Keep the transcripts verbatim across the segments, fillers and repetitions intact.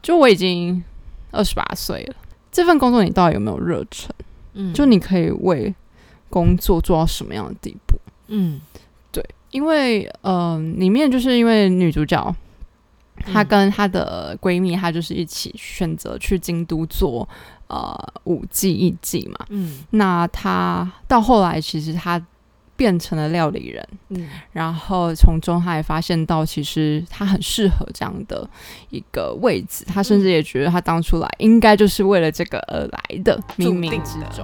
就我已经二十八岁了，这份工作你到底有没有热忱？嗯，就你可以为工作做到什么样的地步？嗯，对，因为呃，里面就是因为女主角她跟她的闺蜜，她就是一起选择去京都做呃舞技艺伎嘛。嗯，那她到后来其实她变成了料理人，嗯，然后从中她也发现到，其实她很适合这样的一个位置，她甚至也觉得她当初来应该就是为了这个而来的，冥冥之中。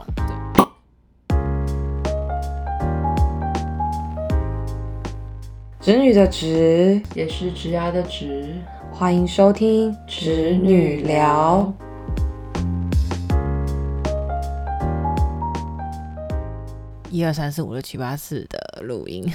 直女的直也是直牙的直， 欢迎收听直女聊。一二三四五六七八四的录音。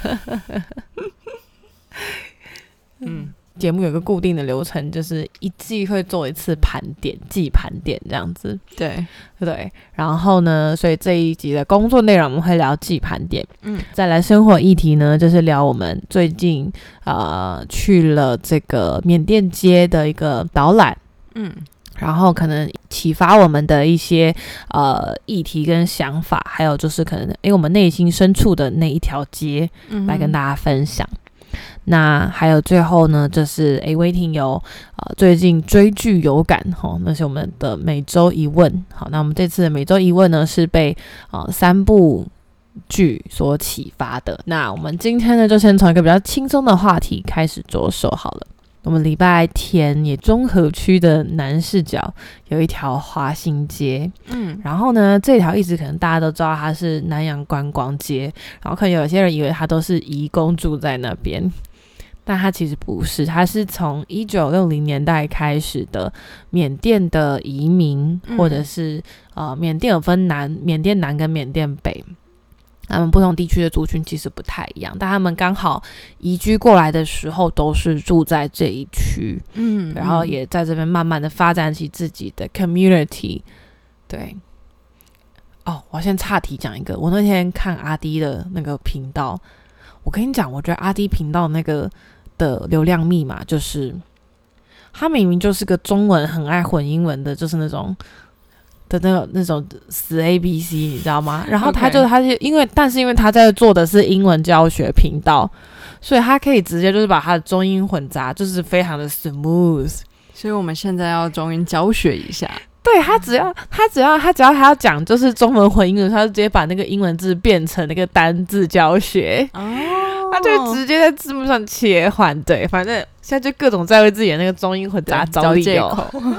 嗯，节目有个固定的流程，就是一季会做一次盘点，季盘点这样子。 对对，然后呢，所以这一集的工作内容我们会聊季盘点。嗯，再来生活议题呢，就是聊我们最近呃去了这个缅甸街的一个导览。嗯。然后可能启发我们的一些呃议题跟想法，还有就是可能诶我们内心深处的那一条街、嗯、来跟大家分享。那还有最后呢，就是诶威霆有呃最近追剧有感齁，那是我们的每周一问。好，那我们这次的每周一问呢是被呃三部剧所启发的。那我们今天呢就先从一个比较轻松的话题开始着手好了。我们礼拜天也中和区的南势角有一条华新街，嗯，然后呢这条一直可能大家都知道它是南洋观光街，然后可能有些人以为它都是移工住在那边，但它其实不是，它是从一九六零年代开始的缅甸的移民，嗯、或者是呃缅甸有分南缅甸南跟缅甸北。他们不同地区的族群其实不太一样，但他们刚好移居过来的时候都是住在这一区，嗯，然后也在这边慢慢的发展起自己的 community。对，哦，我要先岔题讲一个，我那天看阿滴的那个频道，我跟你讲，我觉得阿滴频道那个的流量密码就是，他明明就是个中文很爱混英文的，就是那种。的那种那种死 A B C 你知道吗？然后他就、okay. 他就因为但是因为他在做的是英文教学频道，所以他可以直接就是把他的中英混杂，就是非常的 smooth。 所以我们现在要中英教学一下。 对，他只要他只要他只要他要讲就是中文混英文，他就直接把那个英文字变成那个单字教学。哦。他就直接在字幕上切换。对，反正现在就各种在为自己的那个中英混杂找理由。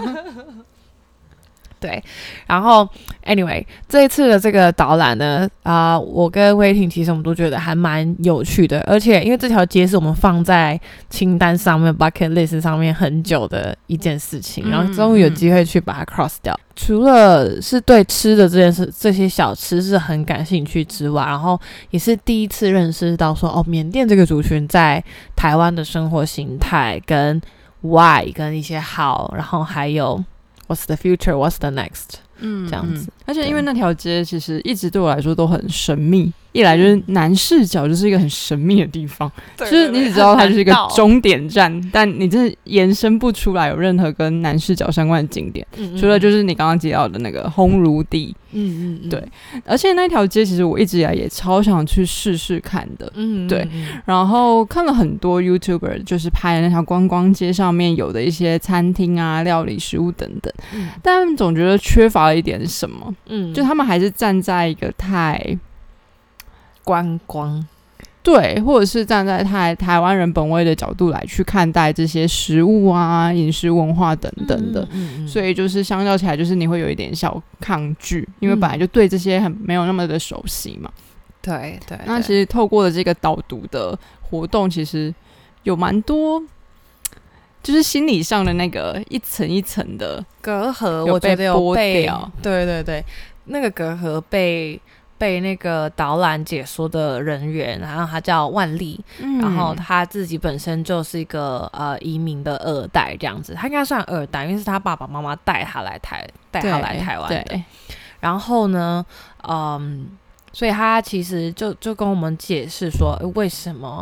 对，然后 anyway 这一次的这个导览呢，啊、呃，我跟威霆其实我们都觉得还蛮有趣的，而且因为这条街是我们放在清单上面 bucket list 上面很久的一件事情，嗯、然后终于有机会去把它 cross 掉。嗯、除了是对吃的这件事，这些小吃是很感兴趣之外，然后也是第一次认识到说，哦，缅甸这个族群在台湾的生活形态跟 why 跟一些好，然后还有。What's the future? What's the next? 嗯，这样子。 嗯、而且因为那条街其实一直对我来说都很神秘，一来就是南势角就是一个很神秘的地方，就是你只知道它就是一个终点站，但你真的延伸不出来有任何跟南势角相关的景点，嗯嗯除了就是你刚刚提到的那个烘炉地。嗯嗯嗯，对，而且那条街其实我一直以来也超想去试试看的，嗯, 嗯, 嗯对，然后看了很多 YouTuber 就是拍的那条观光街上面有的一些餐厅啊、料理、食物等等，嗯、但总觉得缺乏了一点什么，嗯，就他们还是站在一个太观光。 对，或者是站在台台湾人本位的角度来去看待这些食物啊、饮食文化等等的，嗯嗯嗯、所以就是相较起来，就是你会有一点小抗拒，因为本来就对这些很没有那么的熟悉嘛。 对 对, 对， 那其实透过了这个导读的活动，其实有蛮多，就是心理上的那个一层一层的隔阂，我觉得有被剥掉。对对对，那个隔阂被。被那个导览解说的人员，然后他叫万丽、嗯，然后他自己本身就是一个呃移民的二代这样子，他应该算二代，因为是他爸爸妈妈带他来台带他来台湾的。然后呢，嗯，所以他其实就就跟我们解释说，为什么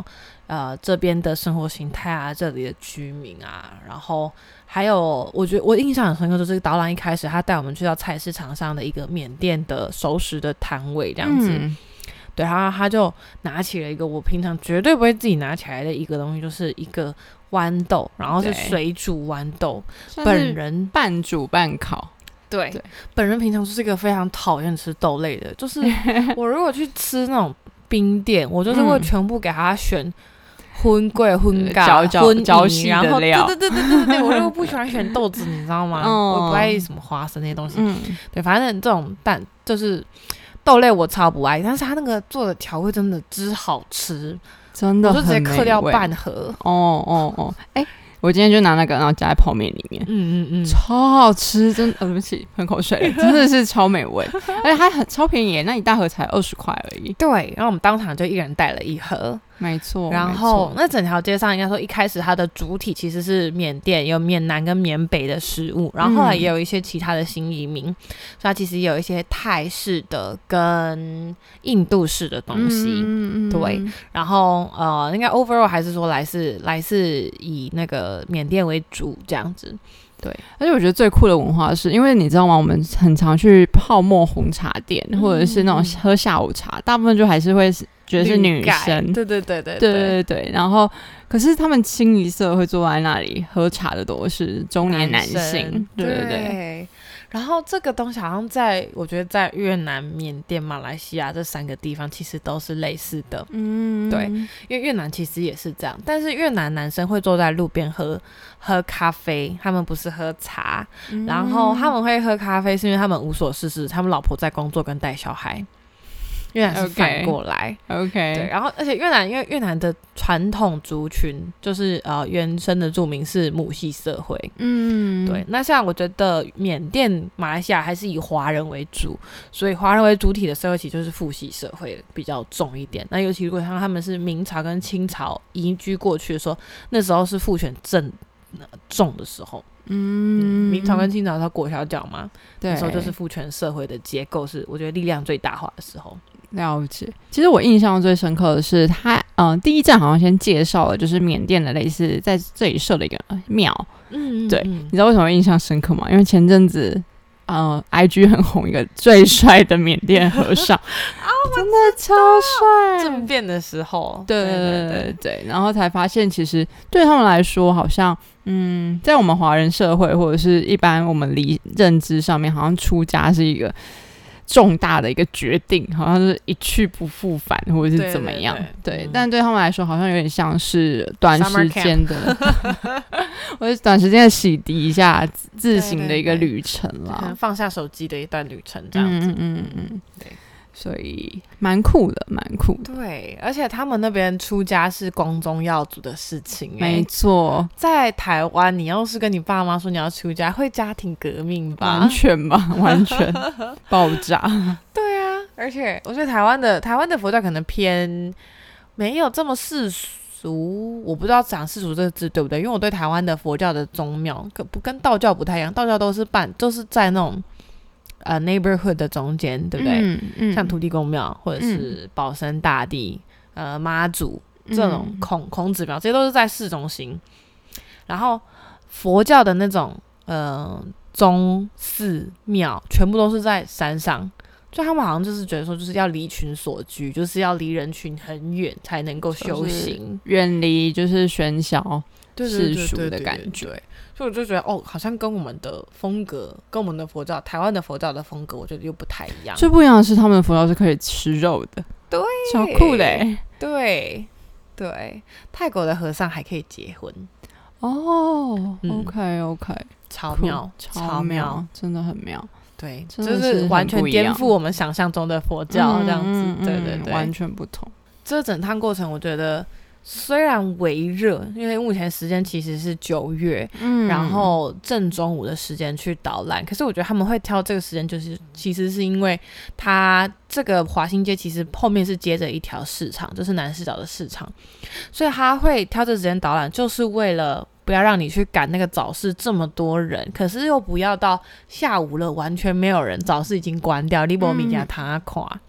呃这边的生活形态啊，这里的居民啊，然后还有我觉得我印象很深刻，就是导览一开始他带我们去到菜市场上的一个缅甸的熟食的摊位这样子。嗯，对，然后他就拿起了一个我平常绝对不会自己拿起来的一个东西，就是一个豌豆，然后是水煮豌豆，本人半煮半烤。 对，对，本人平常就是一个非常讨厌吃豆类的，就是我如果去吃那种冰店，我就是会全部给他选荤贵、荤尬、荤泥，然后对对对对对对，我就不喜欢选豆子，你知道吗？嗯、我不爱什么花生那些东西。嗯，对，反正这种蛋就是豆类我超不爱，但是他那个做的调味真的之好吃， 真的很美味， 我就直接嗑掉半盒。 哦哦哦，哎、欸。我今天就拿那个，然后加在泡面里面，嗯嗯嗯，超好吃，真的，呃、对不起，喷口水，真的是超美味，而且它很超便宜耶，那一大盒才二十块而已。 对，然后我们当场就一人带了一盒。 没错， 然后那整条街上应该说一开始它的主体其实是缅甸，有缅南跟缅北的食物，然后后来也有一些其他的新移民，嗯、所以它其实也有一些泰式的跟印度式的东西，嗯、对，然后呃，应该 overall 还是说来自来自以那个缅甸为主这样子。对， 而且我觉得最酷的文化是因为你知道吗？我们很常去泡沫红茶店，嗯、或者是那种喝下午茶，大部分就还是会觉得是女生。 对对对对对对对。然后，可是他们清一色会坐在那里喝茶的都是中年男性。对对对。 然后这个东西好像在我觉得在越南、缅甸、马来西亚这三个地方其实都是类似的。嗯，对，因为越南其实也是这样，但是越南男生会坐在路边喝喝咖啡，他们不是喝茶。嗯、然后他们会喝咖啡是因为他们无所事事，他们老婆在工作跟带小孩。越南是反过来 ，OK，, okay. 对，然后而且越南因为越南的传统族群就是呃原生的住民是母系社会，嗯，对，那像我觉得缅甸、马来西亚还是以华人为主，所以华人为主体的社会其实就是父系社会比较重一点。那尤其如果像他们是明朝跟清朝移居过去的时候，那时候是父权正重的时候。嗯，明朝跟清朝它裹小脚嘛，那时候就是父权社会的结构是我觉得力量最大化的时候。 了解，其实我印象最深刻的是他，嗯、呃，第一站好像先介绍了就是缅甸的类似在这里设了一个庙，嗯，对，你知道为什么印象深刻吗？因为前阵子，呃 ，I G 很红一个最帅的缅甸和尚，哦、真的超帅， 政变的时候， 对对对 对, 对, 对，然后才发现其实对他们来说，好像，嗯，在我们华人社会或者是一般我们理认知上面，好像出家是一个重大的一个决定，好像是一去不复返或者是怎么样，对, 对, 对, 对、嗯，但对他们来说好像有点像是短时间的或者短时间的洗涤一下自行的一个旅程啦， 对对对，放下手机的一段旅程这样子，嗯嗯嗯，对。 所以蛮酷的，蛮酷的。 对，而且他们那边出家是光宗耀祖的事情、欸。 没错， 在台湾，你要是跟你爸妈说你要出家，会家庭革命吧？ 完全吧，完全爆炸。 对啊，而且我觉得台湾的台湾的佛教可能偏没有这么世俗，我不知道讲世俗这个字对不对？因为我对台湾的佛教的宗庙跟不跟道教不太一样，道教都是办，都、就是在那种。呃 ，neighborhood 的中间，对不对？嗯嗯、像土地公庙或者是保生大帝、嗯、呃妈祖这种孔孔子庙，这些都是在市中心。然后佛教的那种呃宗寺庙，全部都是在山上。就他们好像就是觉得说，就是要离群所居，就是要离人群很远才能够修行， 远离就是喧嚣世俗的感觉。 所以我就觉得哦，好像跟我们的风格，跟我们的佛教，台湾的佛教的风格，我觉得又不太一样。 最不一样的是，他们的佛教是可以吃肉的， 对， 超酷的欸。 对对，泰国的和尚还可以结婚哦。嗯、OK OK， 超妙， 超妙，真的很妙。 对，就是完全颠覆我们想象中的佛教这样子。嗯、对对对， 完全不同。 这整趟过程，我觉得。虽然微热，因为目前时间其实是九月、嗯，然后正中午的时间去导览，可是我觉得他们会挑这个时间，就是其实是因为它这个华新街其实后面是接着一条市场，就是南势角的市场，所以他会挑这个时间导览，就是为了不要让你去赶那个早市这么多人，可是又不要到下午了完全没有人，早市已经关掉，你没物件通看。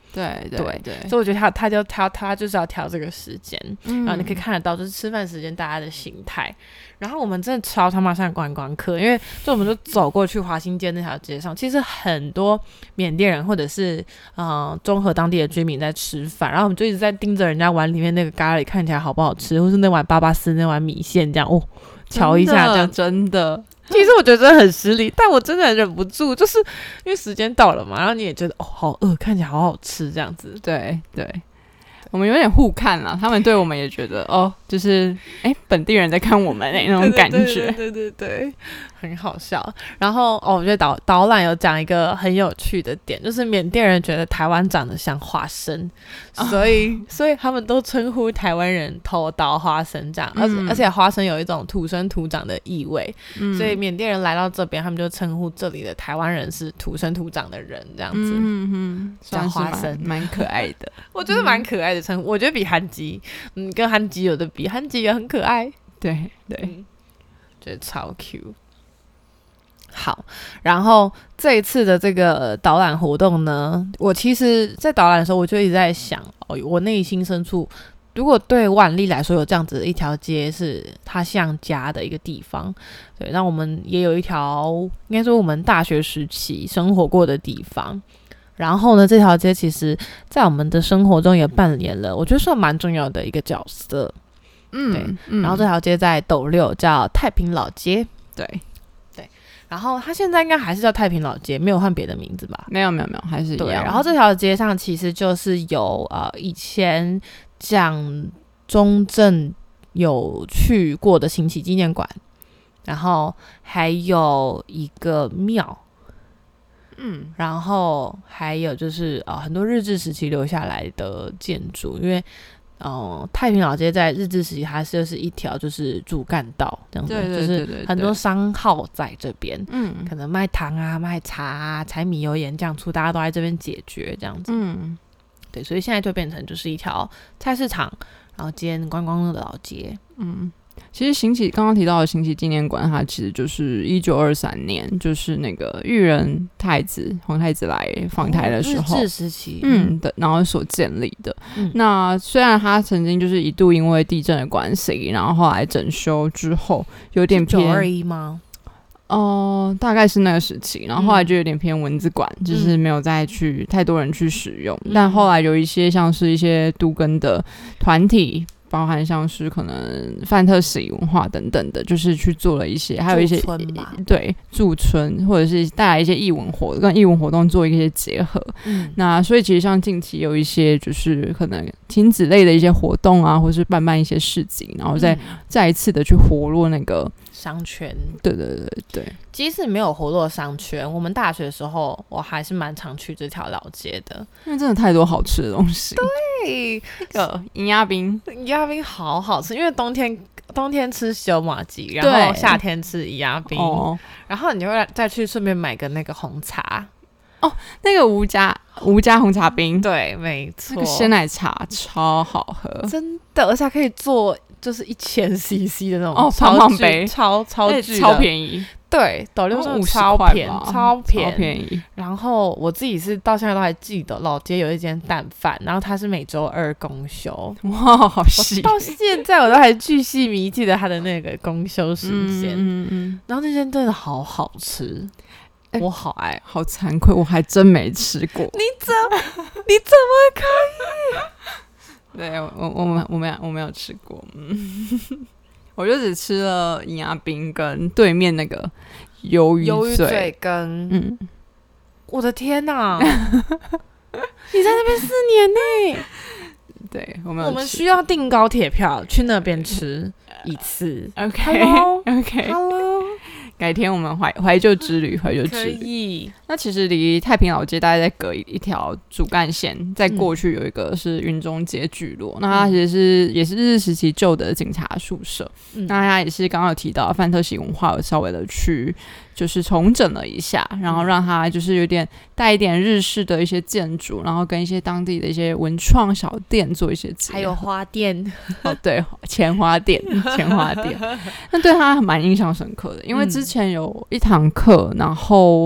对对 对, 对， 所以我觉得他他就挑他就是要挑这个时间、嗯，然后你可以看得到就是吃饭时间大家的形态。然后我们真的超他妈像观光客，因为就我们就走过去华新街那条街上，其实很多缅甸人或者是呃中和当地的居民在吃饭，然后我们就一直在盯着人家碗里面那个咖喱看起来好不好吃，或是那碗巴巴丝那碗米线这样哦，瞧一下这样真的。 其实我觉得真的很失礼，但我真的忍不住，就是因为时间到了嘛，然后你也觉得哦好饿，看起来好好吃这样子。 对对，我们有点互看啦，他们对我们也觉得哦，就是哎本地人在看我们、欸、那种感觉， 对对 对, 对对对，很好笑。然后哦，我觉得导导览有讲一个很有趣的点，就是缅甸人觉得台湾长得像花生，所以、哦、所以他们都称呼台湾人头刀花生这样，而且、嗯、而且花生有一种土生土长的意味、嗯，所以缅甸人来到这边，他们就称呼这里的台湾人是土生土长的人这样子， 嗯嗯，叫花生，蛮可爱的， 我觉得蛮可爱的称呼，我觉得比韩吉，嗯，跟韩吉有的比，韩吉也很可爱， 对对、 嗯，觉得超 Q。好，然后这一次的这个导览活动呢，我其实在导览的时候我就一直在想，哦，我内心深处如果对万历来说有这样子的一条街是它像家的一个地方，对，那我们也有一条应该说我们大学时期生活过的地方，然后呢这条街其实在我们的生活中也扮演了我觉得算蛮重要的一个角色，嗯，对，嗯，然后这条街在斗六叫太平老街， 对对，然后它现在应该还是叫太平老街，没有换别的名字吧？ 没有没有没有，还是一样。 对，然后这条街上其实就是有呃以前蒋中正有去过的行乞纪念馆，然后还有一个庙，嗯，然后还有就是呃很多日治时期留下来的建筑，因为呃太平老街在日治时期它就是一条就是主干道这样子， 对对对对对， 就是很多商号在这边，嗯，可能卖糖啊卖茶啊柴米油盐酱醋大家都在这边解决这样子，嗯，对，所以现在就变成就是一条菜市场然后兼观光的老街，嗯， 其实行乞刚刚提到的行乞纪念馆，它其实就是一九二三年，就是那个裕仁太子皇太子来访台的时候， 日治时期， 嗯的，然后所建立的。嗯、那虽然它曾经就是一度因为地震的关系，然后后来整修之后有点偏九二一吗？ 哦、呃，大概是那个时期，然后后来就有点偏文字馆、嗯，就是没有再去太多人去使用、嗯。但后来有一些像是一些都更的团体，包含像是可能范特喜文化等等的，就是去做了一些，还有一些对驻村或者是带来一些艺文活跟艺文活动做一些结合。嗯，那所以其实像近期有一些就是可能亲子类的一些活动啊，或是办办一些市集，然后再、嗯、再一次的去活络那个商圈。 对对对对， 即使没有活络商圈，我们大学的时候我还是蛮常去这条老街的， 因为真的太多好吃的东西。 对， 那个银鸭冰， 银鸭冰好好吃，因为冬天冬天吃小马吉，然后夏天吃银鸭冰、哦，然后你会再去顺便买个那个红茶。 哦，那个吴家吴家红茶冰， 对，没错， 那个鲜奶茶超好喝， 真的，而且还可以做就是一千 C C 的那种哦，超胖杯， 超超巨超便宜。 对，斗六真的超便宜，超便宜， 超便宜。 然后我自己是到现在都还记得，老街有一间蛋饭，然后它是每周二公休。 哇，好细！ 到现在我都还巨细靡记得它的那个公休时间。嗯嗯嗯。然后那间真的好好吃，欸、我好爱。 好惭愧，我还真没吃过。 你怎你怎么可以？ 对我我们我没有我没有吃过，嗯。我就只吃了银牙冰跟对面那个鱿鱼鱿鱼嘴跟，嗯，我的天哪！你在那边四年呢？ 对，我们我们需要订高铁票去那边吃一次。 OK OK Hello， 改天我们怀怀旧之旅，怀旧之旅。 可以。 那其实离太平老街大概在隔一条主干线，再过去有一个是云中街聚落、嗯，那它其实是也是日治时期旧的警察宿舍。嗯、那它也是刚刚有提到范特喜文化有稍微的去就是重整了一下，然后让它就是有点带一点日式的一些建筑，然后跟一些当地的一些文创小店做一些结合， 还有花店哦，对，钱花店，钱花店，那对它蛮印象深刻的，因为之前有一堂课，然后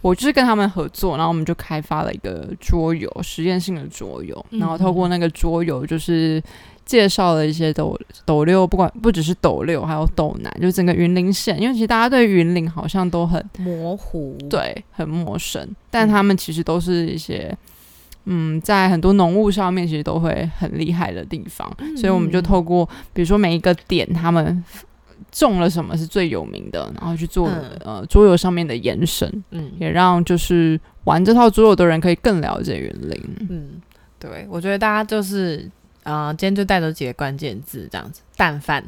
我就是跟他们合作，然后我们就开发了一个桌游，实验性的桌游，然后透过那个桌游就是介绍了一些斗斗六，不管不只是斗六，还有斗南，就整个云林县，因为其实大家对云林好像都很模糊， 对，很陌生，但他们其实都是一些嗯，在很多农务上面其实都会很厉害的地方，嗯、所以我们就透过比如说每一个点他们种了什么是最有名的，然后去做、嗯、呃桌游上面的延伸，嗯，也让就是玩这套桌游的人可以更了解云林。 嗯，对，我觉得大家就是呃，今天就带走几个关键字，这样子，淡饭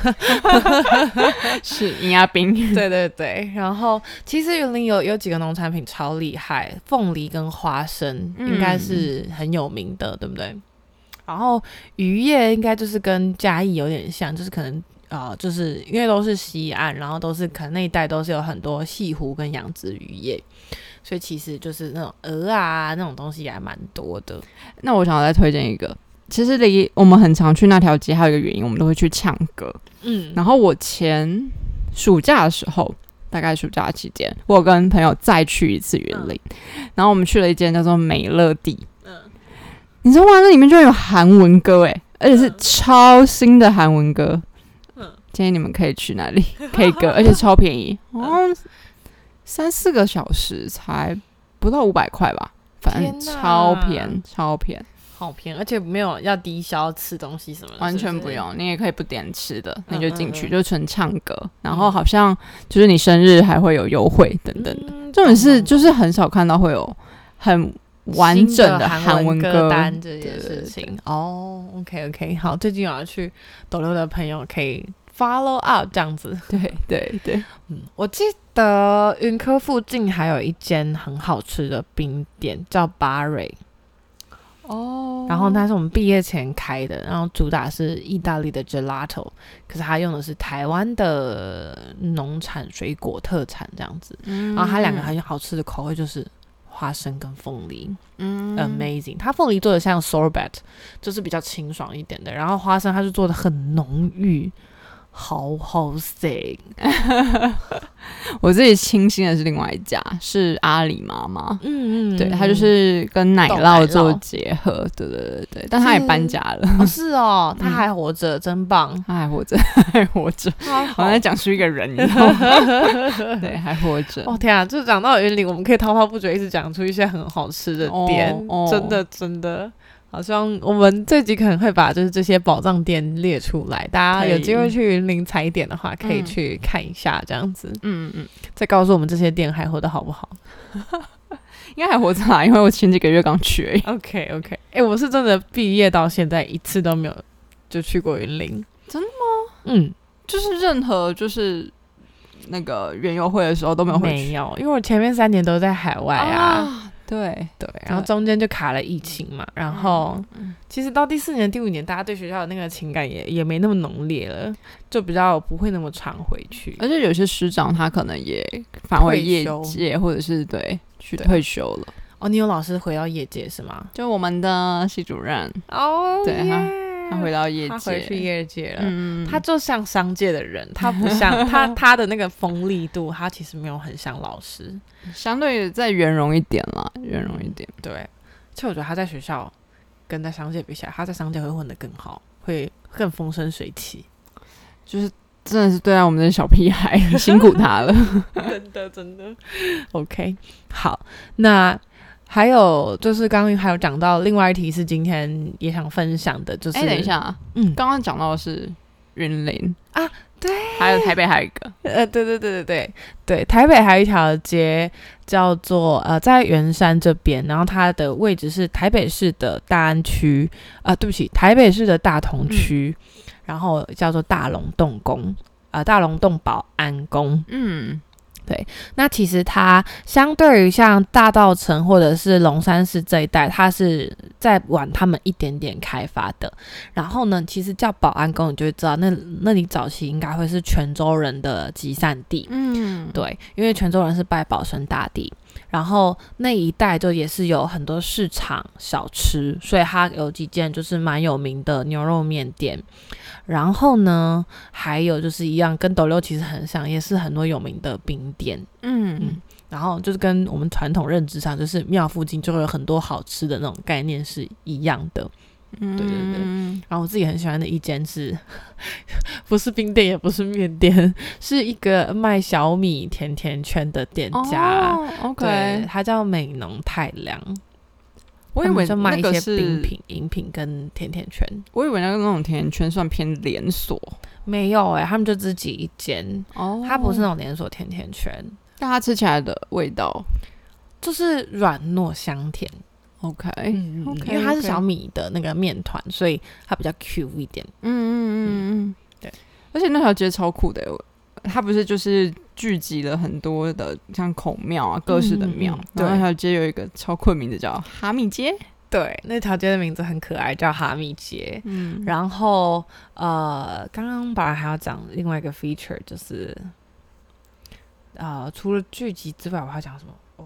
是银牙冰， 对对对。然后其实云林有有几个农产品超厉害，凤梨跟花生应该是很有名的，嗯、对不对？然后渔业应该就是跟嘉义有点像，就是可能。呃，就是因为都是西岸，然后都是可能那一带都是有很多西湖跟养殖渔业，所以其实就是那种鹅啊那种东西也还蛮多的。 那我想要再推荐一个，其实离我们很常去那条街，还有一个原因，我们都会去唱歌。嗯，然后我前暑假的时候，大概暑假期间，我有跟朋友再去一次云林，嗯、然后我们去了一间叫做美乐蒂。嗯，你知道吗？那里面就有韩文歌哎，而且是超新的韩文歌。建议你们可以去那里 K 歌，而且超便宜，哦，三四个小时才不到五百块吧，反正超便超便， 好便宜，而且没有要低消吃东西什么的， 完全不用，你也可以不点吃的，你就进去、嗯嗯嗯、就纯唱歌，然后好像就是你生日还会有优惠等等的，嗯、这种是就是很少看到会有很完整的韩文歌单这件事情哦。OK OK， 好，最近有要去斗六的朋友可以 follow up 这样子。 对对对， 嗯，我记得云科附近还有一间很好吃的冰店叫巴瑞哦，然后它是我们毕业前开的，然后主打是意大利的 gelato， 可是它用的是台湾的农产水果特产这样子，嗯、然后它两个很好吃的口味就是花生跟凤梨，嗯 ，amazing。它凤梨做的像 sorbet， 就是比较清爽一点的，然后花生它是做的很浓郁，好好食。 我自己清新的是另外一家，是阿里妈妈，嗯嗯，对，它就是跟奶酪做结合，对对对对，但它也搬家了， 哦是哦，它还活着，嗯、真棒， 它还活着，还活着，好像讲出一个人，你知道吗？对，还活着。 哦天啊，就讲到云林，我们可以滔滔不绝，一直讲出一些很好吃的店，哦哦、真的真的。好像我们这集可能会把就是这些宝藏店列出来，大家有机会去云林踩点的话，可以去看一下这样子。嗯嗯，再告诉我们这些店还活得好不好？ 应该还活着啦，因为我前几个月刚去而已。 OK OK， 哎、欸，我是真的毕业到现在一次都没有就去过云林。 真的吗？嗯，就是任何就是那个园游会的时候都没有回去。 没有，因为我前面三年都在海外啊。啊对对，然后中间就卡了疫情嘛，然后、嗯、其实到第四年第五年大家对学校的那个情感也也没那么浓烈了，就比较不会那么常回去， 而且有些师长他可能也返回业界或者是对去退休了。 哦，你有老师回到业界是吗？ 就我们的系主任哦，对他他回到业界， 他回去业界了。嗯，他就像商界的人，他不像他他的那个锋利度，他其实没有很像老师， 相对再圆融一点啦，圆融一点。 对，其实我觉得他在学校跟在商界比起来，他在商界会混得更好，会更风生水起。 就是真的是对待我们这些小屁孩，辛苦他了， 真的真的。OK， 好，那。还有就是刚刚还有讲到另外一题是今天也想分享的，就是哎、 欸，等一下啊，嗯，刚刚讲到的是云林啊，对， 还有台北还有一个， 呃，对对对对对对，台北还有一条街叫做呃在圆山这边，然后它的位置是台北市的大安区，呃，对不起，台北市的大同区，嗯、然后叫做大龙洞宫，呃，大龙洞保安宫，嗯。对，那其实它相对于像大稻埕或者是龙山寺这一带，它是在晚他们一点点开发的。然后呢，其实叫保安宫，你就会知道那那里早期应该会是泉州人的集散地。嗯，对，因为泉州人是拜保生大帝，然后那一带就也是有很多市场小吃，所以它有几间就是蛮有名的牛肉面店。然后呢，还有就是一样跟斗六其实很像，也是很多有名的冰店。嗯嗯， 然后就是跟我们传统认知上，就是庙附近就会有很多好吃的那种概念是一样的。嗯，对对对。然后我自己很喜欢的一间是，不是冰店也不是面店，是一个卖小米甜甜圈的店家。 哦 OK， 对，它叫美浓太良。 我以为就卖一些是冰品、饮品跟甜甜圈。 我以为那个那种甜甜圈算偏连锁， 没有哎、欸，他们就自己一间。哦，它不是那种连锁甜甜圈， 但它吃起来的味道就是软糯香甜。 OK， 嗯 okay, 因为它是小米的那个面团，所以它比较 Q 一点。 嗯嗯嗯嗯， 对。 而且那条街超酷的，它不是就是聚集了很多的像孔庙啊，各式的庙。嗯、然后那条街有一个超酷的名字叫哈密街。 对，那条街的名字很可爱，叫哈密街。嗯，然后呃，刚刚本来还要讲另外一个 feature， 就是呃，除了聚集之外，我还要讲什么 ？Oh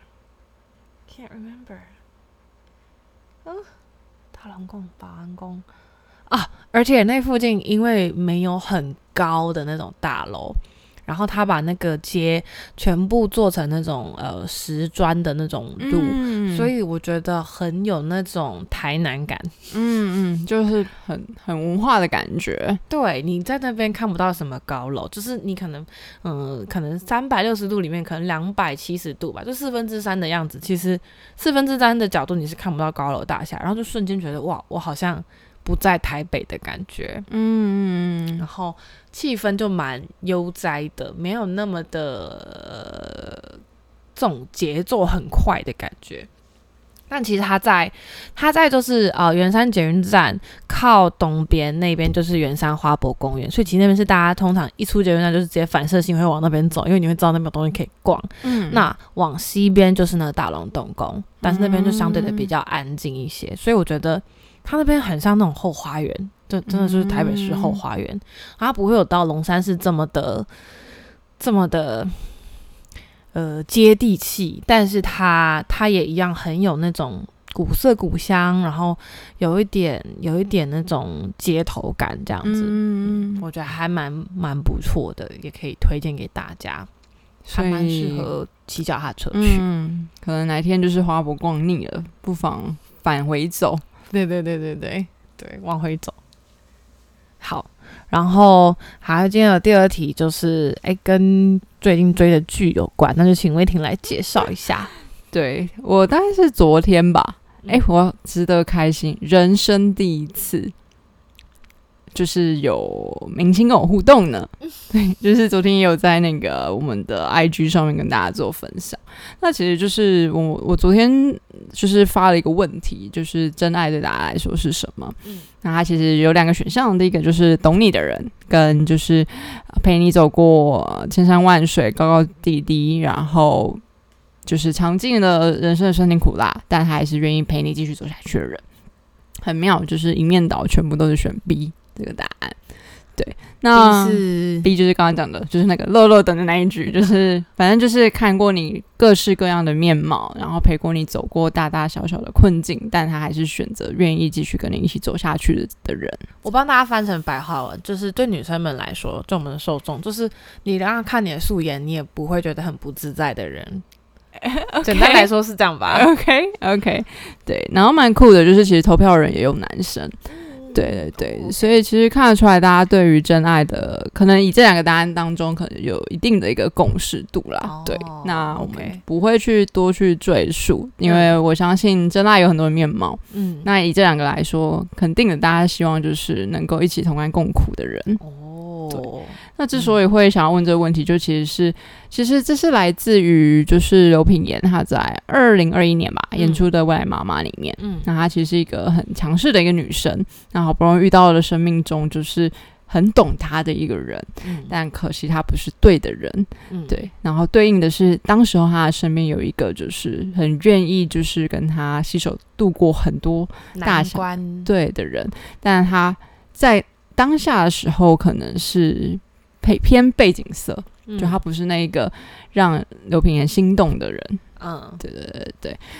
shit，can't remember。嗯，大龙宫、保安宫啊，而且那附近因为没有很高的那种大楼，然后他把那个街全部做成那种呃石砖的那种路、嗯，所以我觉得很有那种台南感。 嗯嗯，就是很很文化的感觉。 对，你在那边看不到什么高楼，就是你可能嗯、呃，可能三百六十度里面可能两百七十度吧，就四分之三的样子。其实四分之三的角度你是看不到高楼大厦，然后就瞬间觉得哇，我好像不在台北的感觉。嗯，然后气氛就蛮悠哉的，没有那么的、呃、这种节奏很快的感觉。但其实它在它在就是呃圆山捷运站靠东边那边就是圆山花博公园，所以其实那边是大家通常一出捷运站就是直接反射性会往那边走，因为你会知道那边有东西可以逛。嗯，那往西边就是那个大龙洞宫，但是那边就相对的比较安静一些，所以我觉得它那边很像那种后花园，就真的就是台北市后花园，它不会有到龙山市这么的这么的。呃，接地气，但是它它也一样很有那种古色古香，然后有一点有一点那种街头感这样子，嗯，我觉得还蛮蛮不错的，也可以推荐给大家，还蛮适合骑脚踏车去。 嗯，可能哪天就是花博逛腻了，不妨返回走。 对对对对对对，往回走。好。然后还有今天的第二题就是哎，跟最近追的剧有关，那就请魏婷来介绍一下。 对，我大概是昨天吧，哎、嗯，我值得开心，人生第一次就是有明星跟我互动呢。对，就是昨天也有在那个我们的 I G 上面跟大家做分享。那其实就是我我昨天就是发了一个问题，就是真爱对大家来说是什么？嗯，那它其实有两个选项，第一个就是懂你的人，跟就是陪你走过千山万水、高高低低，然后就是尝尽了人生的酸甜苦辣，但他还是愿意陪你继续走下去的人。很妙，就是一面倒全部都是选 B 这个答案。对，那 B 是 B 就是刚刚讲的，就是那个乐乐等的那一句，就是反正就是看过你各式各样的面貌，然后陪过你走过大大小小的困境，但他还是选择愿意继续跟你一起走下去 的, 的人。 我帮大家翻成白话文，就是对女生们来说，就我们的受众，就是你让他看你的素颜，你也不会觉得很不自在的人。Okay, 简单来说是这样吧。 OK OK 对，然后蛮酷的就是其实投票人也有男生。对对对，所以其实看得出来大家对于真爱的可能以这两个答案当中可能有一定的一个共识度啦。哦、对，那我们不会去多去赘述，因为我相信真爱有很多的面貌。嗯，那以这两个来说，肯定的大家希望就是能够一起同甘共苦的人。哦，对。那之所以会想要问这个问题，就其实是其实这是来自于就是刘品言她在二零二一年吧、嗯、演出的《未来妈妈》里面。嗯，那她其实是一个很强势的一个女生，那好不容易遇到了生命中就是很懂她的一个人、嗯、但可惜她不是对的人、嗯、对，然后对应的是当时候她的身边有一个就是很愿意就是跟她携手度过很多大小对的人，但她在当下的时候可能是偏背景色、嗯、就他不是那个让刘品言心动的人。嗯，对对对对，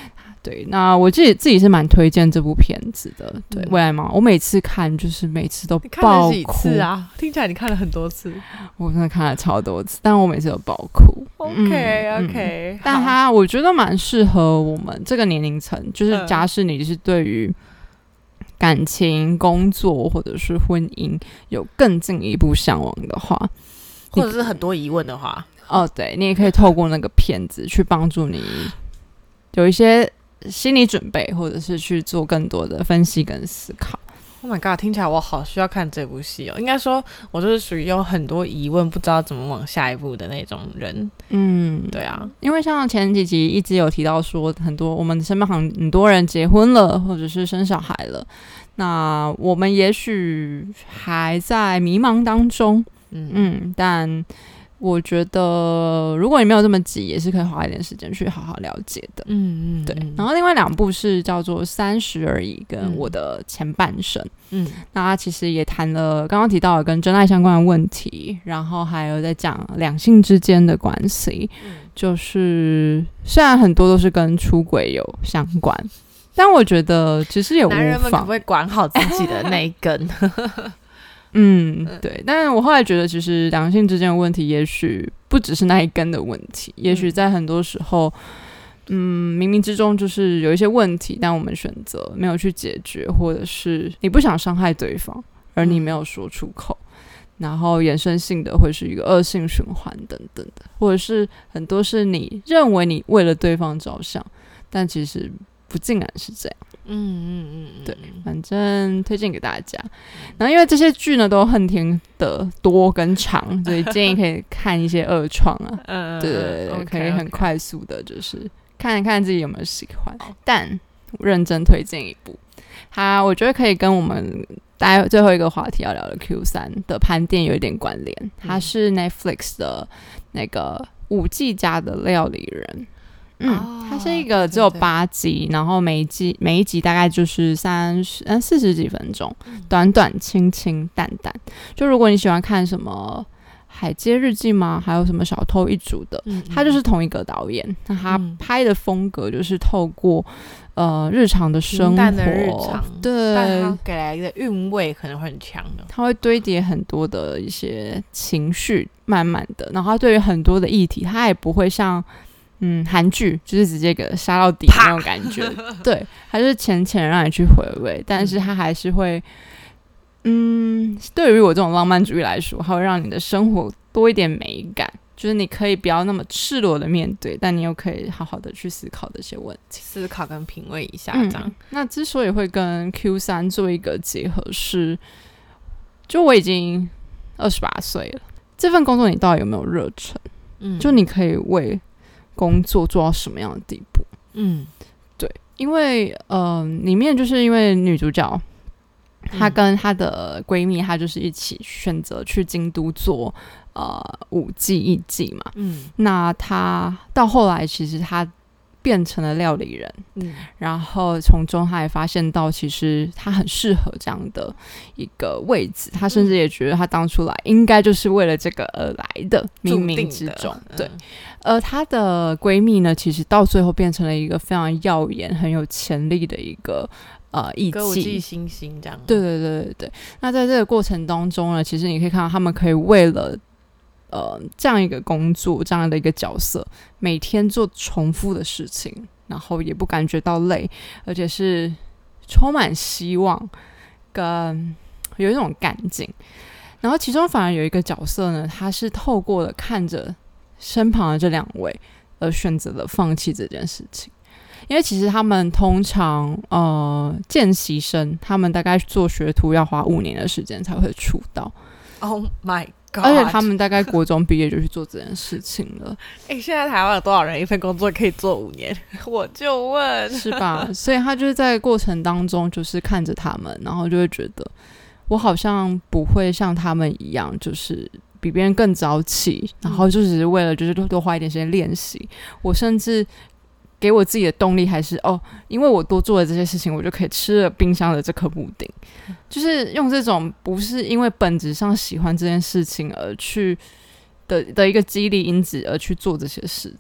对，那我自己自己是蛮推荐这部片子的。对， 嗯、 未来嘛，我每次看就是每次都爆哭。 你看了几次啊？听起来你看了很多次。 我真的看了超多次，但我每次都爆哭。 OK OK，、嗯、 但它我觉得蛮适合我们这个年龄层，就是假使你是对于感情、工作或者是婚姻有更进一步向往的话， 或者是很多疑问的话， 哦，对，你也可以透过那个片子去帮助你有一些心理准备，或者是去做更多的分析跟思考。 Oh my god， 听起来我好需要看这部戏哦。应该说，我就是属于有很多疑问，不知道怎么往下一步的那种人。嗯，对啊， 因为像前几集一直有提到说，很多我们身边很多人结婚了，或者是生小孩了，那我们也许还在迷茫当中。嗯嗯，但我觉得如果你没有这么急，也是可以花一点时间去好好了解的。嗯嗯，对。然后另外两部是叫做《三十而已》跟《我的前半生》。嗯，那它其实也谈了刚刚提到的跟真爱相关的问题，然后还有在讲两性之间的关系。嗯，就是虽然很多都是跟出轨有相关，但我觉得其实也无妨。 男人们可不可以管好自己的那一根？ 嗯，对，但是我后来觉得，其实两性之间的问题，也许不只是那一根的问题，也许在很多时候，嗯，冥冥之中就是有一些问题，但我们选择没有去解决，或者是你不想伤害对方，而你没有说出口，然后衍生性的会是一个恶性循环等等的，或者是很多是你认为你为了对方着想，但其实不尽然是这样。嗯嗯嗯，对，反正推荐给大家。然后因为这些剧呢都恨天的多跟长，所以建议可以看一些二创啊。嗯，对对对， okay, 可以很快速的，就是看一看自己有没有喜欢。但认真推荐一部，它我觉得可以跟我们大概最后一个话题要聊的 Q 三 的盘点有一点关联。它是 Netflix 的那个五 G 家的料理人。嗯，哦、它是一个只有八集，对对，然后每一集每一集大概就是三十嗯四十几分钟，嗯、短短清清淡淡。就如果你喜欢看什么海街日记吗？还有什么小偷一族的，嗯嗯，他就是同一个导演，那他拍的风格就是透过呃日常的生活， 淡的日常， 对， 但他给来的韵味可能会很强的， 他会堆叠很多的一些情绪，慢慢的，然后他对于很多的议题，他也不会像。嗯，韩剧就是直接给它杀到底的那种感觉，对，它就是浅浅让你去回味，但是它还是会，嗯，对于我这种浪漫主义来说，它会让你的生活多一点美感，就是你可以不要那么赤裸的面对，但你又可以好好的去思考这些问题， 思考跟品味一下这样。嗯、 那之所以会跟 Q 三 做一个结合是，就我已经二十八岁了，这份工作你到底有没有热忱？嗯，就你可以为工作做到什么样的地步？嗯，对，因为呃，里面就是因为女主角她跟她的闺蜜，她就是一起选择去京都做呃五季艺伎嘛。嗯，那她到后来其实她变成了料理人，嗯，然后从中她也发现到，其实她很适合这样的一个位置，她甚至也觉得她当初来应该就是为了这个而来的，冥冥之中，对。而她的闺蜜呢，其实到最后变成了一个非常耀眼、很有潜力的一个呃艺伎， 歌舞伎星星这样。 对对对对对。那在这个过程当中呢，其实你可以看到他们可以为了呃这样一个工作、这样的一个角色，每天做重复的事情，然后也不感觉到累，而且是充满希望跟有一种干劲。然后其中反而有一个角色呢，他是透过了看着身旁的这两位而选择了放弃这件事情，因为其实他们通常呃见习生，他们大概做学徒要花五年的时间才会出道。 Oh my god！ 而且他们大概国中毕业就去做这件事情了。 哎、欸，现在台湾有多少人一份工作可以做五年？我就问， 是吧？所以他就是在过程当中，就是看着他们，然后就会觉得，我好像不会像他们一样，就是比别人更早起，然后就只是为了就是多花一点时间练习。我甚至给我自己的动力还是哦，因为我多做了这些事情，我就可以吃了冰箱的这颗布丁。就是用这种不是因为本质上喜欢这件事情而去的的一个激励因子而去做这些事情。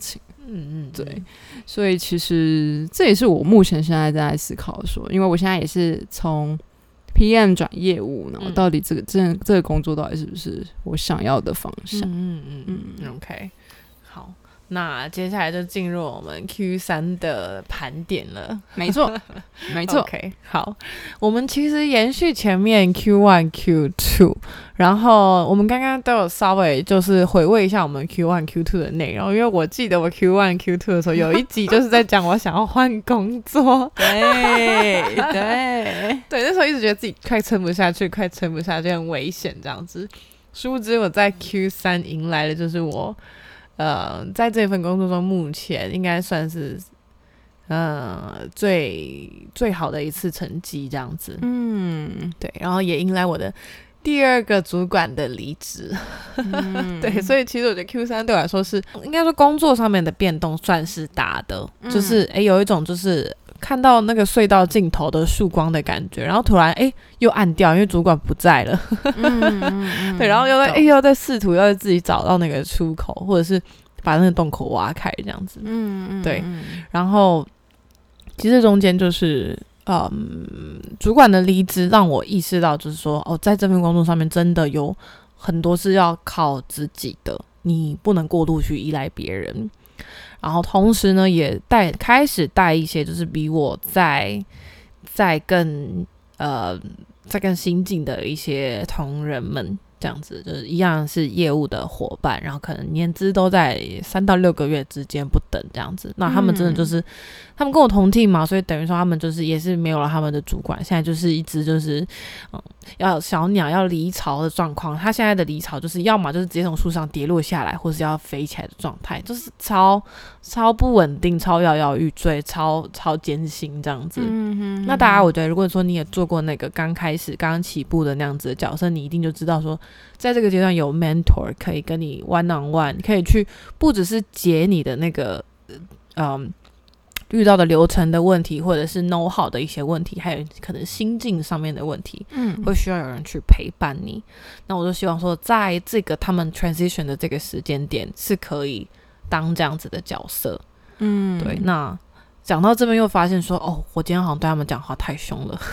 嗯嗯，对，所以其实这也是我目前现在在思考的说，因为我现在也是从 P M 转业务，然后到底这个、嗯、这这个工作到底是不是我想要的方向？ 嗯嗯嗯嗯 ，OK， 好。那接下来就进入我们 Q 三 的盘点了。 没错，没错。 OK， 好，我们其实延续前面 Q 一、Q 二，然后我们刚刚都有稍微就是回味一下我们 Q 一、Q 二 的内容，因为我记得我 Q 一、Q 二 的时候有一集就是在讲我想要换工作。 对对对，那时候一直觉得自己快撑不下去，快撑不下去，很危险这样子。殊不知我在 Q 三 迎来的就是我。呃，在这份工作中，目前应该算是呃最最好的一次成绩，这样子。嗯，对，然后也迎来我的第二个主管的离职。嗯、对，所以其实我觉得 Q 三 对我来说是应该说工作上面的变动算是大的，嗯、就是哎有一种就是看到那个隧道尽头的曙光的感觉，然后突然哎又暗掉，因为主管不在了。嗯嗯嗯、对，然后又在哎又在试图要自己找到那个出口，或者是把那个洞口挖开这样子。嗯嗯，对。然后其实中间就是嗯，主管的离职让我意识到，就是说哦，在这份工作上面真的有很多是要靠自己的，你不能过度去依赖别人。然后同时呢，也带开始带一些就是比我在在更呃在更新进的一些同仁们，这样子就是一样是业务的伙伴，然后可能年资都在三到六个月之间不等这样子。那他们真的就是、嗯、他们跟我同梯嘛，所以等于说他们就是也是没有了他们的主管，现在就是一只就是嗯要小鸟要离巢的状况。他现在的离巢就是要么就是直接从树上跌落下来，或是要飞起来的状态，就是超超不稳定，超摇摇欲坠，超超艰辛这样子。嗯哼哼。那大家我觉得如果说你也做过那个刚开始刚刚起步的那样子的角色，你一定就知道说在这个阶段有 mentor 可以跟你 one on one， 可以去不只是解你的那个嗯遇到的流程的问题，或者是 know how 的一些问题，还有可能心境上面的问题，嗯，会需要有人去陪伴你。那我就希望说在这个他们 transition 的这个时间点是可以当这样子的角色。嗯，对。那讲到这边又发现说哦，我今天好像对他们讲话太凶了。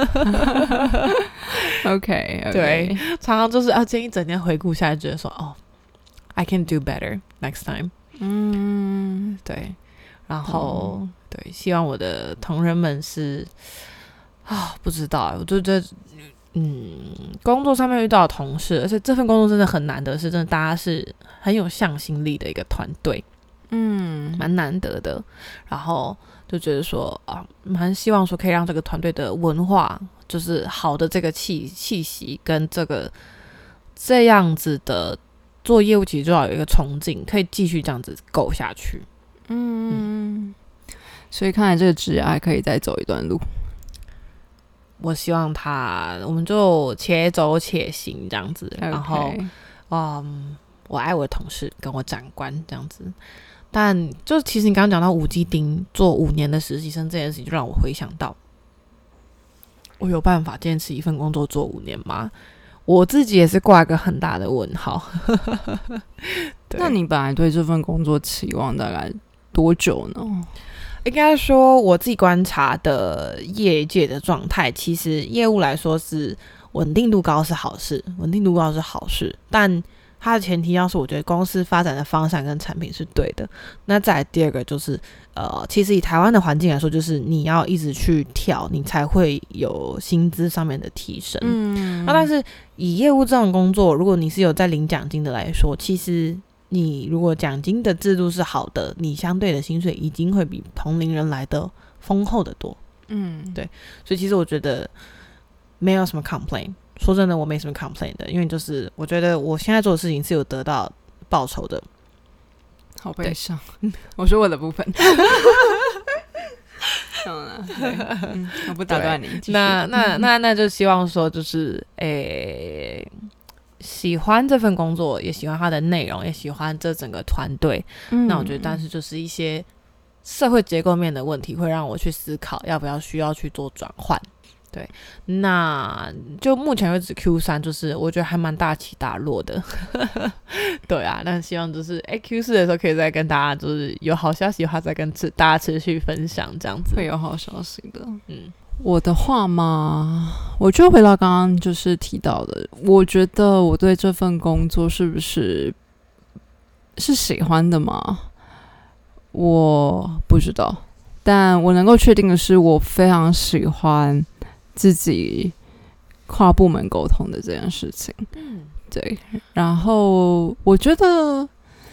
OK， okay. 对，常常就是啊，今天一整天回顾下来觉得说哦 I can do better next time。 嗯，对。然后、嗯、对，希望我的同仁们是啊，不知道，我就觉得嗯，工作上面遇到的同事，而且这份工作真的很难得，是真的大家是很有向心力的一个团队。嗯，蛮难得的。然后就觉得说啊，蛮希望说可以让这个团队的文化，就是好的这个气气息跟这个这样子的做业务，其实就要有一个憧憬，可以继续这样子go下去。 嗯，所以看来这个职业还可以再走一段路。 我希望他，我们就且走且行这样子。Okay. 然后，嗯，我爱我的同事跟我长官这样子。但就其实你刚刚讲到五基丁做五年的实习生这件事情，就让我回想到，我有办法坚持一份工作做五年吗？我自己也是挂一个很大的问号。 那你本来对这份工作期望大概多久呢？ 应该说我自己观察的业界的状态，其实业务来说是稳定度高是好事，稳定度高是好事，但它的前提要是我觉得公司发展的方向跟产品是对的。那再来第二个就是呃，其实以台湾的环境来说，就是你要一直去跳，你才会有薪资上面的提升。嗯，那但是以业务这种工作，如果你是有在领奖金的来说，其实你如果奖金的制度是好的，你相对的薪水已经会比同龄人来的丰厚的多。嗯，对，所以其实我觉得没有什么 complain。说真的，我没什么 complain 的，因为就是我觉得我现在做的事情是有得到报酬的。 好悲伤，我说我的部分。懂了，嗯，我不打断你。 那那那那就希望说，就是诶。喜欢这份工作，也喜欢它的内容，也喜欢这整个团队、嗯、那我觉得但是就是一些社会结构面的问题会让我去思考要不要需要去做转换。 对，那就目前为止 Q 三就是我觉得还蛮大起大落的对啊，那希望就是哎、欸、Q 四的时候可以再跟大家就是有好消息的话再跟大家持续分享，这样子会有好消息的。嗯，我的话嘛，我就回到刚刚就是提到的，我觉得我对这份工作是不是是喜欢的吗？我不知道，但我能够确定的是我非常喜欢自己跨部门沟通的这件事情。嗯，对。然后我觉得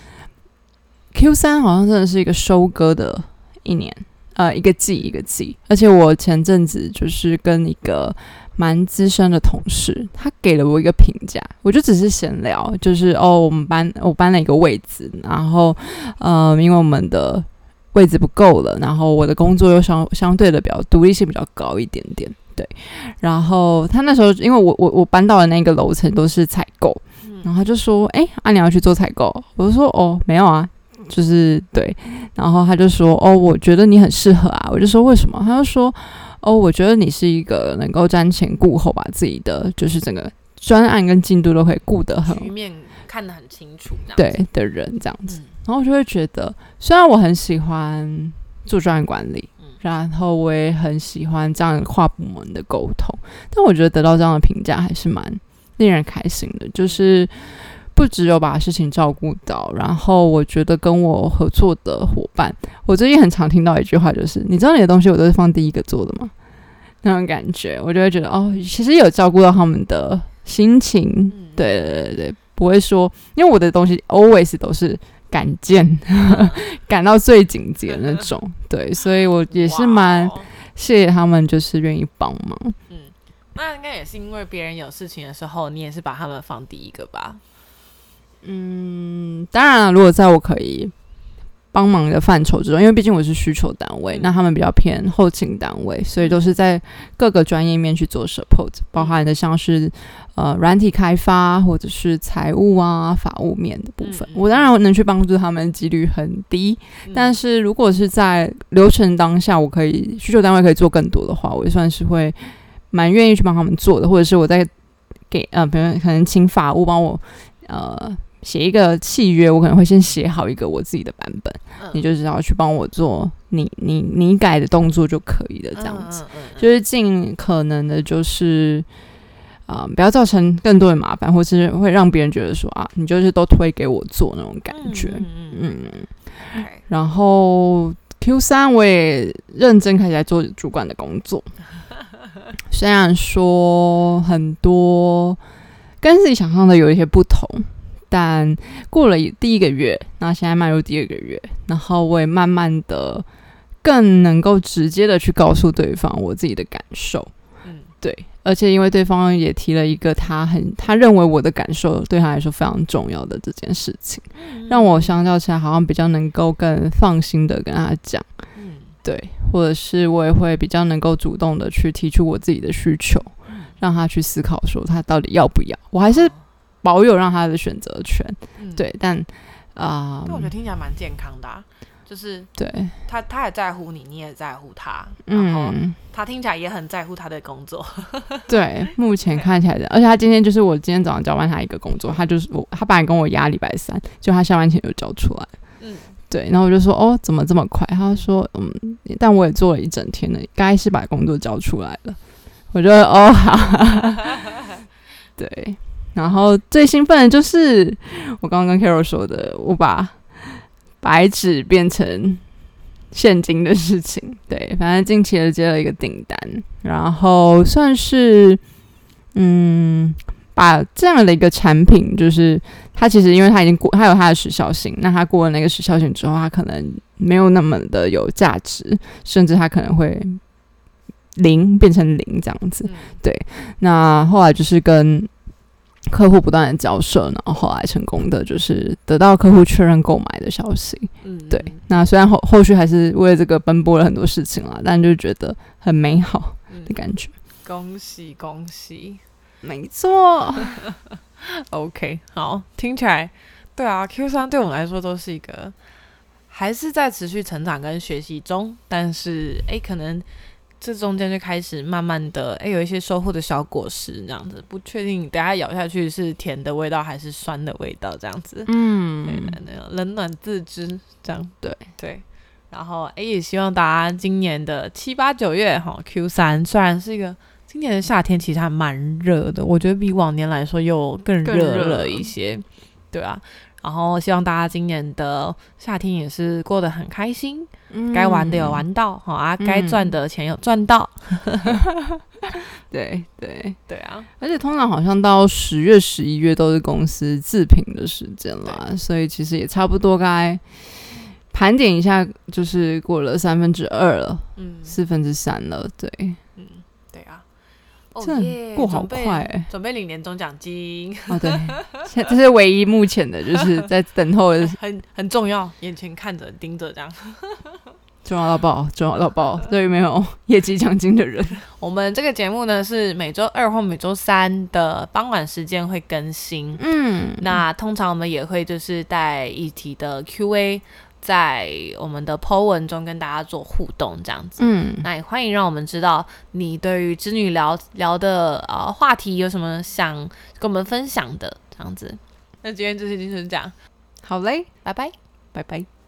Q 三好像真的是一个收割的一年，呃，一个季一个季。而且我前阵子就是跟一个蛮资深的同事，他给了我一个评价，我就只是闲聊，就是哦，我们搬我搬了一个位置，然后呃，因为我们的位置不够了，然后我的工作又相相对的比较独立性比较高一点点。对，然后他那时候因为我我我搬到的那个楼层都是采购，然后他就说：“哎、欸，啊你要去做采购？”我就说：“哦，没有啊，就是对。”然后他就说：“哦，我觉得你很适合啊。”我就说：“为什么？”他就说：“哦，我觉得你是一个能够瞻前顾后，把自己的就是整个专案跟进度都可以顾得很局面看得很清楚，这样对的人这样子。嗯”然后我就会觉得，虽然我很喜欢做专案管理。然后我也很喜欢这样跨部门的沟通，但我觉得得到这样的评价还是蛮令人开心的，就是不只有把事情照顾到，然后我觉得跟我合作的伙伴，我最近很常听到一句话，就是你知道你的东西我都是放第一个做的吗？那种感觉我就会觉得哦，其实有照顾到他们的心情。对对对对，不会说因为我的东西 always 都是赶件赶到最紧急的那种对，所以我也是蛮谢谢他们就是愿意帮忙。 嗯，那应该也是因为别人有事情的时候你也是把他们放第一个吧？ 嗯，当然了，如果在我可以帮忙的范畴之中，因为毕竟我是需求单位、嗯、那他们比较偏后勤单位，所以都是在各个专业面去做 support， 包含的像是呃软体开发或者是财务啊法务面的部分、嗯、我当然能去帮助他们几率很低、嗯、但是如果是在流程当下我可以需求单位可以做更多的话，我也算是会蛮愿意去帮他们做的，或者是我在给呃比如可能请法务帮我呃写一个契约，我可能会先写好一个我自己的版本、嗯、你就只要去帮我做你你你改的动作就可以了，这样子、嗯嗯嗯、就是尽可能的就是呃不要造成更多的麻烦，或是会让别人觉得说啊你就是都推给我做那种感觉。嗯嗯嗯嗯、okay. 然后 Q 三我也认真开始来做主管的工作虽然说很多跟自己想象的有一些不同，但过了第一个月，然后现在迈入第二个月，然后我也慢慢的更能够直接的去告诉对方我自己的感受。嗯，对，而且因为对方也提了一个他很他认为我的感受对他来说非常重要的这件事情，嗯、让我相较起来好像比较能够更放心的跟他讲。嗯，对，或者是我也会比较能够主动的去提出我自己的需求，嗯、让他去思考说他到底要不要，我还是保有让他的选择权。嗯、对，但啊、呃， 但我觉得听起来蛮健康的、啊，就是对他他也在乎你，你也在乎他，然后他听起来也很在乎他的工作。 对，目前看起来的，而且他今天就是我今天早上交办他一个工作，他就是我他本来跟我压礼拜三，就他下班前就交出来。嗯，对，然后我就说哦，怎么这么快？他说嗯，但我也做了一整天了，该是把工作交出来了。我觉得哦好，对。然后最兴奋的就是我刚刚跟 Carol 说的，我把白纸变成现金的事情。对，反正近期的接了一个订单，然后算是嗯，把这样的一个产品，就是它其实因为它已经过，它有它的时效性，那它过了那个时效性之后，它可能没有那么的有价值，甚至它可能会零变成零这样子。对，那后来就是跟客户不断的交涉，然后后来成功的就是得到客户确认购买的消息。嗯，对。那虽然后后续还是为了这个奔波了很多事情啦，但就觉得很美好的感觉。嗯、 恭喜恭喜！ 没错。 OK， 好，听起来对啊 ，Q 三对我们来说都是一个还是在持续成长跟学习中，但是哎，可能这中间就开始慢慢的哎、欸、有一些收获的小果实这样子，不确定等一下咬下去是甜的味道还是酸的味道这样子，嗯，对对对，冷暖自知这样，对对。然后哎、欸、也希望大家今年的七八九月哈 Q 三虽然是一个今年的夏天其实还蛮热的，我觉得比往年来说又更热了一些，对啊。然后希望大家今年的夏天也是过得很开心，嗯、该玩的有玩到，好啊，该赚的钱有赚到。 对对对啊， 而且通常好像到十月、十一月都是公司自评的时间啦，所以其实也差不多该盘点一下，就是过了三分之二了，嗯，四分之三了，对， 嗯，对啊。 这过好快哎、欸！ 准备领年终奖金哦，对，这是唯一目前的，就是在等候的， 很很重要，眼前看着盯着这样， 重要到爆，重要到爆。对于没有业绩奖金的人， 我们这个节目呢是每周二或每周三的傍晚时间会更新。嗯，那通常我们也会就是带议题的 Q A。在我们的 po 文中跟大家做互动这样子，嗯，那也欢迎让我们知道你对于织女聊聊的呃话题有什么想跟我们分享的这样子。那今天这期就是这样， 好嘞， 拜拜， 拜拜。